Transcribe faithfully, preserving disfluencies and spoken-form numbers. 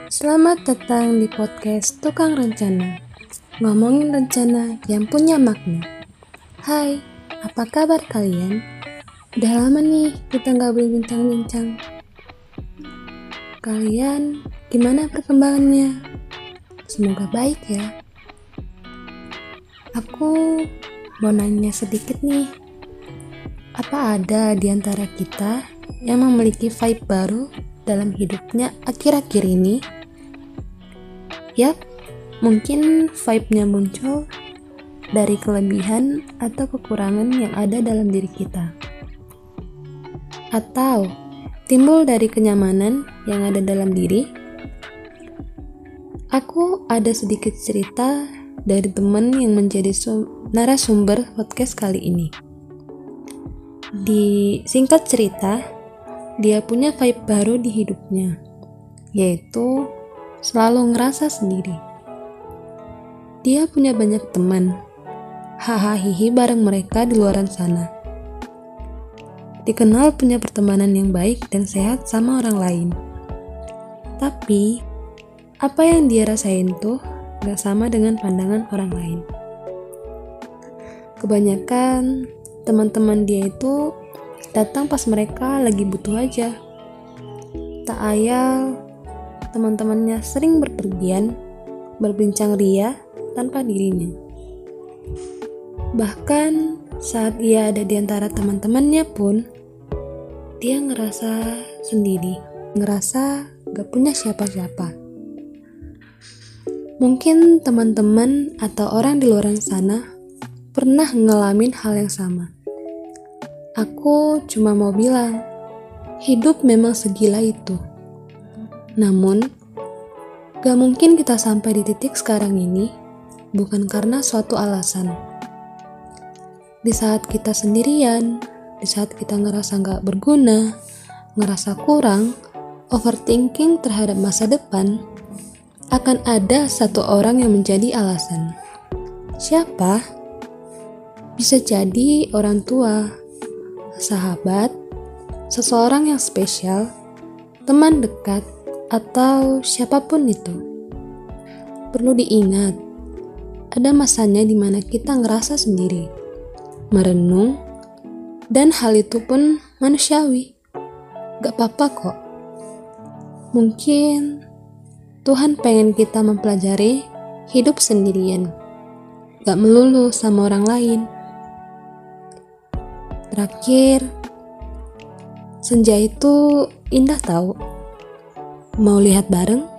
Selamat datang di podcast Tukang Rencana. Ngomongin rencana yang punya makna. Hai, apa kabar kalian? Udah lama nih kita gak berbincang-bincang. Kalian gimana perkembangannya? Semoga baik ya. Aku mau nanya sedikit nih. Apa ada di antara kita yang memiliki vibe baru dalam hidupnya akhir-akhir ini? Yap, mungkin vibe-nya muncul dari kelebihan atau kekurangan yang ada dalam diri kita. Atau timbul dari kenyamanan yang ada dalam diri. Aku ada sedikit cerita dari teman yang menjadi sum- narasumber podcast kali ini. Di singkat cerita, dia punya vibe baru di hidupnya, yaitu selalu ngerasa sendiri. Dia punya banyak teman, hahaha hihi bareng mereka di luaran sana. Dikenal punya pertemanan yang baik dan sehat sama orang lain. Tapi, apa yang dia rasain tuh gak sama dengan pandangan orang lain. Kebanyakan teman-teman dia itu datang pas mereka lagi butuh aja. Tak ayal, teman-temannya sering berpergian, berbincang ria tanpa dirinya. Bahkan saat ia ada di antara teman-temannya pun, dia ngerasa sendiri, ngerasa gak punya siapa-siapa. Mungkin teman-teman atau orang di luar sana pernah ngalamin hal yang sama. Aku cuma mau bilang, hidup memang segila itu. Namun, gak mungkin kita sampai di titik sekarang ini bukan karena suatu alasan. Di saat kita sendirian, di saat kita ngerasa gak berguna, ngerasa kurang, overthinking terhadap masa depan, akan ada satu orang yang menjadi alasan. Siapa? Bisa jadi orang tua, sahabat, seseorang yang spesial, teman dekat, atau siapapun itu. Perlu diingat, ada masanya di mana kita ngerasa sendiri, merenung, dan hal itu pun manusiawi. Gak apa-apa kok. Mungkin Tuhan pengen kita mempelajari hidup sendirian, gak melulu sama orang lain. Terakhir, senja itu indah tahu. Mau lihat bareng?